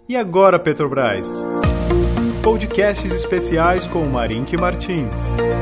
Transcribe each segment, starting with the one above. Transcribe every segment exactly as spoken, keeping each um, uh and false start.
E agora, Petrobras? Podcasts especiais com Marink Martins.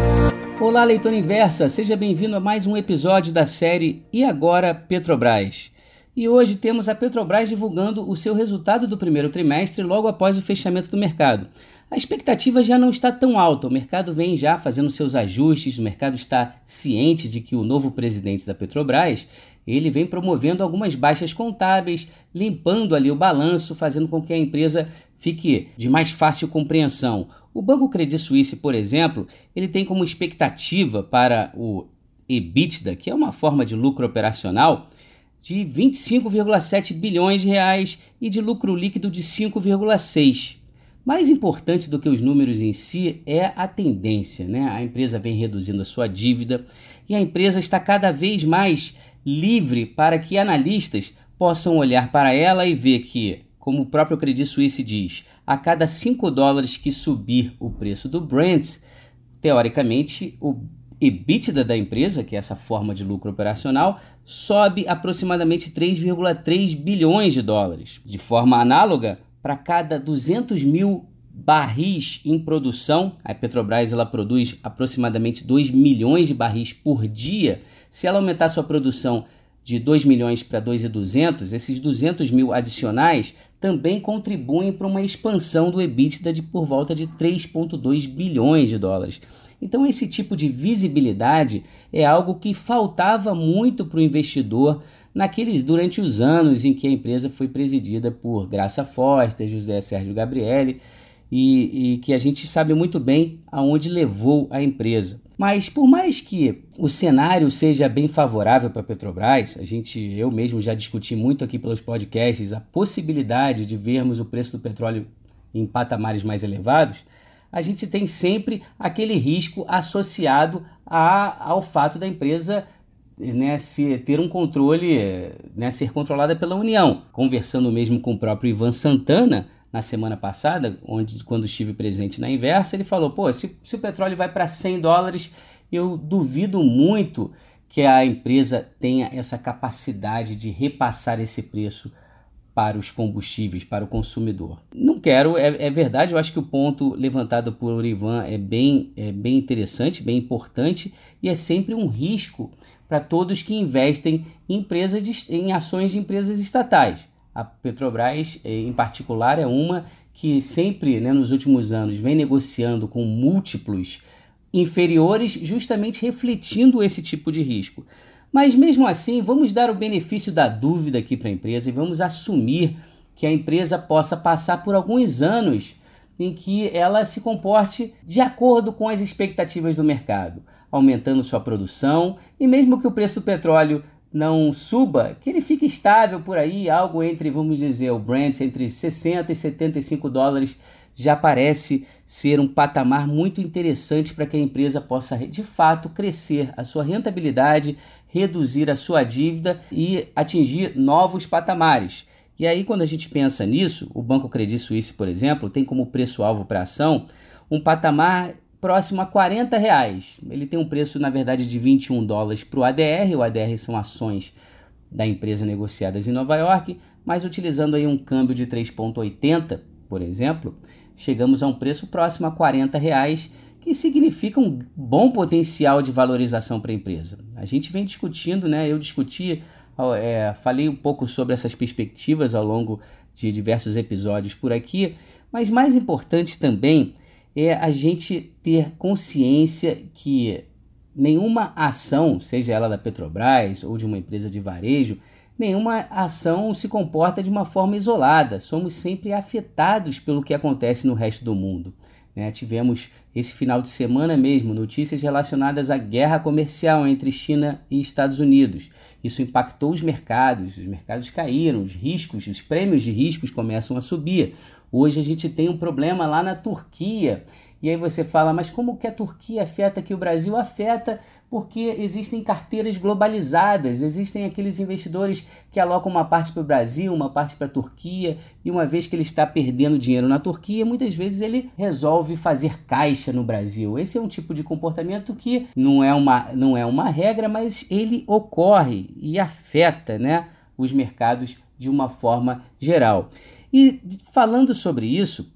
Olá, leitor inversa, seja bem-vindo a mais um episódio da série E agora, Petrobras? E hoje temos a Petrobras divulgando o seu resultado do primeiro trimestre logo após o fechamento do mercado. A expectativa já não está tão alta, o mercado vem já fazendo seus ajustes, o mercado está ciente de que o novo presidente da Petrobras, ele vem promovendo algumas baixas contábeis, limpando ali o balanço, fazendo com que a empresa fique de mais fácil compreensão. O Banco Credit Suisse, por exemplo, ele tem como expectativa para o EBITDA, que é uma forma de lucro operacional, de vinte e cinco vírgula sete bilhões de reais e de lucro líquido de cinco vírgula seis. Mais importante do que os números em si é a tendência, né? A empresa vem reduzindo a sua dívida e a empresa está cada vez mais livre para que analistas possam olhar para ela e ver que, como o próprio Credit Suisse diz, a cada cinco dólares que subir o preço do Brent, teoricamente o EBITDA da empresa, que é essa forma de lucro operacional, sobe aproximadamente três vírgula três bilhões de dólares. De forma análoga, para cada duzentos mil barris em produção, a Petrobras ela produz aproximadamente dois milhões de barris por dia. Se ela aumentar sua produção de dois milhões para dois milhões e duzentos, esses duzentos mil adicionais também contribuem para uma expansão do EBITDA de por volta de três vírgula dois bilhões de dólares. Então esse tipo de visibilidade é algo que faltava muito para o investidor naqueles, durante os anos em que a empresa foi presidida por Graça Foster, José Sérgio Gabrielli, e, e que a gente sabe muito bem aonde levou a empresa. Mas por mais que o cenário seja bem favorável para a Petrobras, a gente, eu mesmo já discuti muito aqui pelos podcasts a possibilidade de vermos o preço do petróleo em patamares mais elevados, a gente tem sempre aquele risco associado a, ao fato da empresa, né, se, ter um controle, né, ser controlada pela União. Conversando mesmo com o próprio Ivan Santana, na semana passada, onde, quando estive presente na Inversa, ele falou, pô, se, se o petróleo vai para cem dólares, eu duvido muito que a empresa tenha essa capacidade de repassar esse preço para os combustíveis, para o consumidor. Não quero, é, é verdade, eu acho que o ponto levantado por Ivan é bem, é bem interessante, bem importante, e é sempre um risco para todos que investem em, empresas de, em ações de empresas estatais. A Petrobras, em particular, é uma que sempre, né, nos últimos anos, vem negociando com múltiplos inferiores, justamente refletindo esse tipo de risco. Mas mesmo assim, vamos dar o benefício da dúvida aqui para a empresa e vamos assumir que a empresa possa passar por alguns anos em que ela se comporte de acordo com as expectativas do mercado, aumentando sua produção e mesmo que o preço do petróleo não suba, que ele fique estável por aí, algo entre, vamos dizer, o Brent entre sessenta e setenta e cinco dólares, já parece ser um patamar muito interessante para que a empresa possa, de fato, crescer a sua rentabilidade, reduzir a sua dívida e atingir novos patamares. E aí, quando a gente pensa nisso, o Banco Credit Suisse, por exemplo, tem como preço-alvo para a ação um patamar próximo a quarenta reais. Ele tem um preço, na verdade, de vinte e um dólares para o A D R. O A D R são ações da empresa negociadas em Nova York, mas utilizando aí um câmbio de três vírgula oitenta, por exemplo, chegamos a um preço próximo a quarenta reais, que significa um bom potencial de valorização para a empresa. A gente vem discutindo, né? Eu discuti, é, falei um pouco sobre essas perspectivas ao longo de diversos episódios por aqui, mas mais importante também é a gente ter consciência que nenhuma ação, seja ela da Petrobras ou de uma empresa de varejo, nenhuma ação se comporta de uma forma isolada. Somos sempre afetados pelo que acontece no resto do mundo. Né? Tivemos esse final de semana mesmo notícias relacionadas à guerra comercial entre China e Estados Unidos. Isso impactou os mercados, os mercados caíram, os riscos, os prêmios de riscos começam a subir. Hoje a gente tem um problema lá na Turquia. E aí você fala, mas como que a Turquia afeta aqui o Brasil? Afeta porque existem carteiras globalizadas, existem aqueles investidores que alocam uma parte para o Brasil, uma parte para a Turquia, e uma vez que ele está perdendo dinheiro na Turquia, muitas vezes ele resolve fazer caixa no Brasil. Esse é um tipo de comportamento que não é uma, não é uma regra, mas ele ocorre e afeta, né, os mercados de uma forma geral. E falando sobre isso,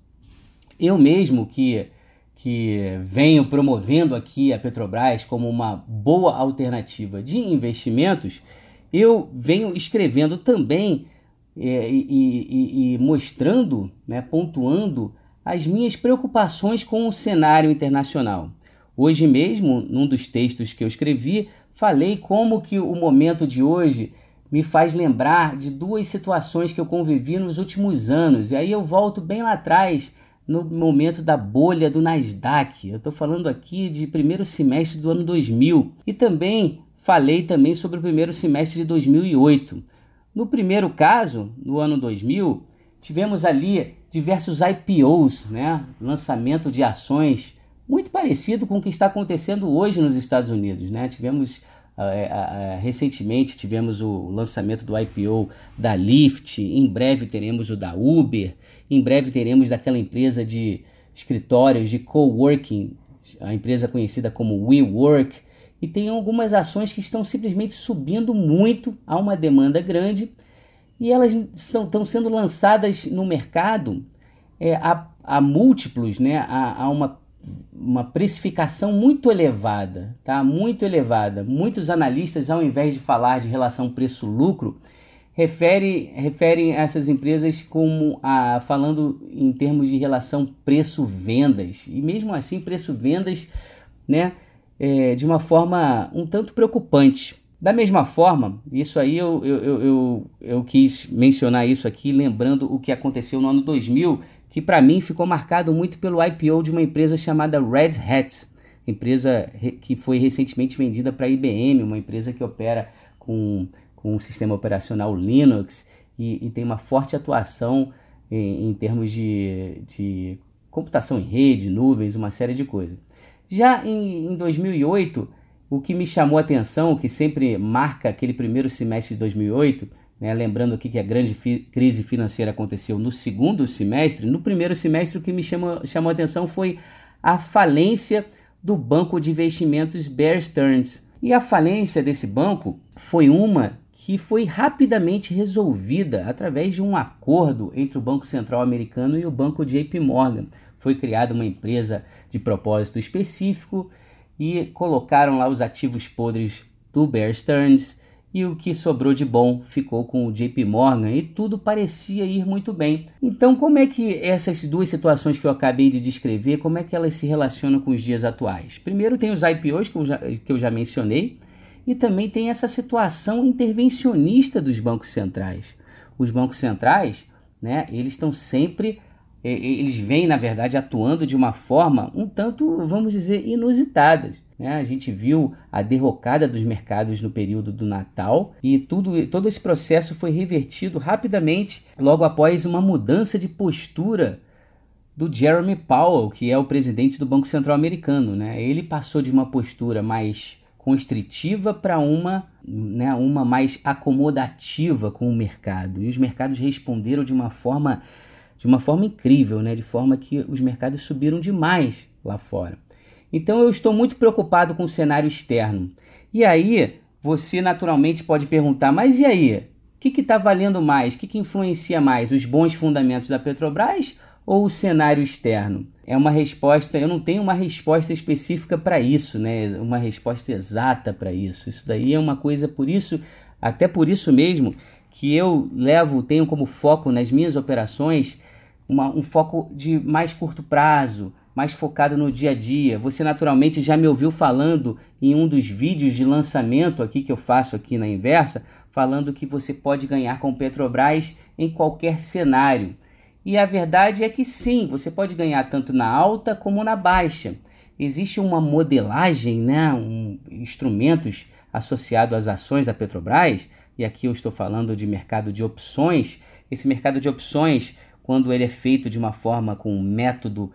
eu mesmo que, que venho promovendo aqui a Petrobras como uma boa alternativa de investimentos, eu venho escrevendo também é, e, e, e mostrando, né, pontuando as minhas preocupações com o cenário internacional. Hoje mesmo, num dos textos que eu escrevi, falei como que o momento de hoje me faz lembrar de duas situações que eu convivi nos últimos anos. E aí eu volto bem lá atrás, no momento da bolha do Nasdaq. Eu estou falando aqui de primeiro semestre do ano dois mil. E também falei também sobre o primeiro semestre de dois mil e oito. No primeiro caso, no ano dois mil, tivemos ali diversos I P Os, né? Lançamento de ações, muito parecido com o que está acontecendo hoje nos Estados Unidos, né? Tivemos, uh, uh, uh, recentemente, tivemos o lançamento do I P O da Lyft, em breve teremos o da Uber, em breve teremos daquela empresa de escritórios de coworking, a empresa conhecida como WeWork, e tem algumas ações que estão simplesmente subindo muito, há uma demanda grande, e elas são, estão sendo lançadas no mercado é, a, a múltiplos, né, a, a uma, uma precificação muito elevada, tá? Muito elevada. Muitos analistas, ao invés de falar de relação preço-lucro, refere, referem essas empresas como a, falando em termos de relação preço-vendas. E mesmo assim, preço-vendas, né, é, de uma forma um tanto preocupante. Da mesma forma, isso aí eu, eu, eu, eu, eu quis mencionar isso aqui, lembrando o que aconteceu no ano dois mil, que para mim ficou marcado muito pelo I P O de uma empresa chamada Red Hat, empresa que foi recentemente vendida para a I B M, uma empresa que opera com, com um sistema operacional Linux e, e tem uma forte atuação em, em termos de, de computação em rede, nuvens, uma série de coisas. Já em, em dois mil e oito, o que me chamou a atenção, o que sempre marca aquele primeiro semestre de dois mil e oito, né, lembrando aqui que a grande fi- crise financeira aconteceu no segundo semestre, no primeiro semestre o que me chamou, chamou a atenção foi a falência do banco de investimentos Bear Stearns. E a falência desse banco foi uma que foi rapidamente resolvida através de um acordo entre o Banco Central Americano e o Banco J P Morgan. Foi criada uma empresa de propósito específico e colocaram lá os ativos podres do Bear Stearns e o que sobrou de bom ficou com o J P Morgan e tudo parecia ir muito bem. Então, como é que essas duas situações que eu acabei de descrever, como é que elas se relacionam com os dias atuais? Primeiro tem os I P Os que eu já, que eu já mencionei e também tem essa situação intervencionista dos bancos centrais. Os bancos centrais, né, eles estão sempre... eles vêm, na verdade, atuando de uma forma um tanto, vamos dizer, inusitada. Né? A gente viu a derrocada dos mercados no período do Natal e tudo, todo esse processo foi revertido rapidamente logo após uma mudança de postura do Jerome Powell, que é o presidente do Banco Central Americano. Né? Ele passou de uma postura mais constritiva para uma, né, uma mais acomodativa com o mercado. E os mercados responderam de uma forma... de uma forma incrível, né? De forma que os mercados subiram demais lá fora. Então eu estou muito preocupado com o cenário externo. E aí você naturalmente pode perguntar, mas e aí? O que está valendo mais? O que, que influencia mais? Os bons fundamentos da Petrobras ou o cenário externo? É uma resposta, eu não tenho uma resposta específica para isso, né? Uma resposta exata para isso. Isso daí é uma coisa, por isso, até por isso mesmo, que eu levo, tenho como foco nas minhas operações uma, um foco de mais curto prazo, mais focado no dia a dia. Você naturalmente já me ouviu falando em um dos vídeos de lançamento aqui que eu faço aqui na Inversa, falando que você pode ganhar com Petrobras em qualquer cenário. E a verdade é que sim, você pode ganhar tanto na alta como na baixa. Existe uma modelagem, né, um, instrumentos associados às ações da Petrobras, e aqui eu estou falando de mercado de opções. Esse mercado de opções, quando ele é feito de uma forma com um método,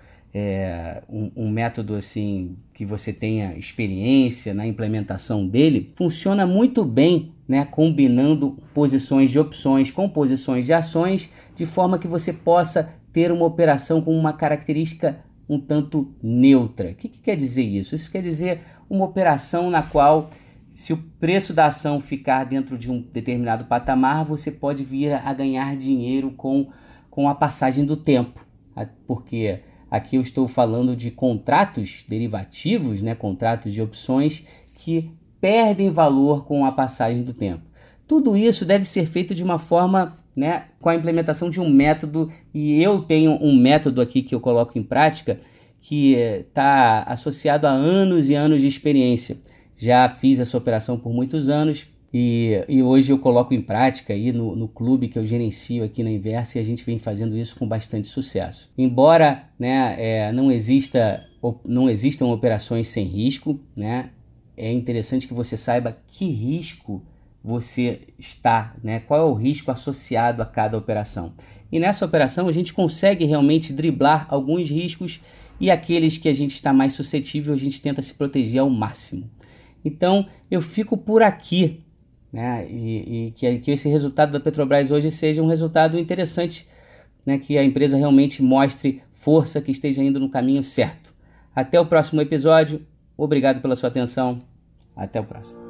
é, um, um método assim que você tenha experiência na implementação dele, funciona muito bem, né, combinando posições de opções com posições de ações, de forma que você possa ter uma operação com uma característica um tanto neutra. O que, que quer dizer isso? Isso quer dizer uma operação na qual, se o preço da ação ficar dentro de um determinado patamar, você pode vir a ganhar dinheiro com com a passagem do tempo, porque aqui eu estou falando de contratos derivativos, né, contratos de opções que perdem valor com a passagem do tempo. Tudo isso deve ser feito de uma forma, né, com a implementação de um método, e eu tenho um método aqui que eu coloco em prática que está associado a anos e anos de experiência. Já fiz essa operação por muitos anos e, e hoje eu coloco em prática aí no, no clube que eu gerencio aqui na Inversa, e a gente vem fazendo isso com bastante sucesso. Embora, né, é, não, exista, não existam operações sem risco, né, é interessante que você saiba que risco você está, né? Qual é o risco associado a cada operação. E nessa operação a gente consegue realmente driblar alguns riscos, e aqueles que a gente está mais suscetível a gente tenta se proteger ao máximo. Então eu fico por aqui, né? E, e que, que esse resultado da Petrobras hoje seja um resultado interessante, né? Que a empresa realmente mostre força, que esteja indo no caminho certo. Até o próximo episódio. Obrigado pela sua atenção. Até o próximo.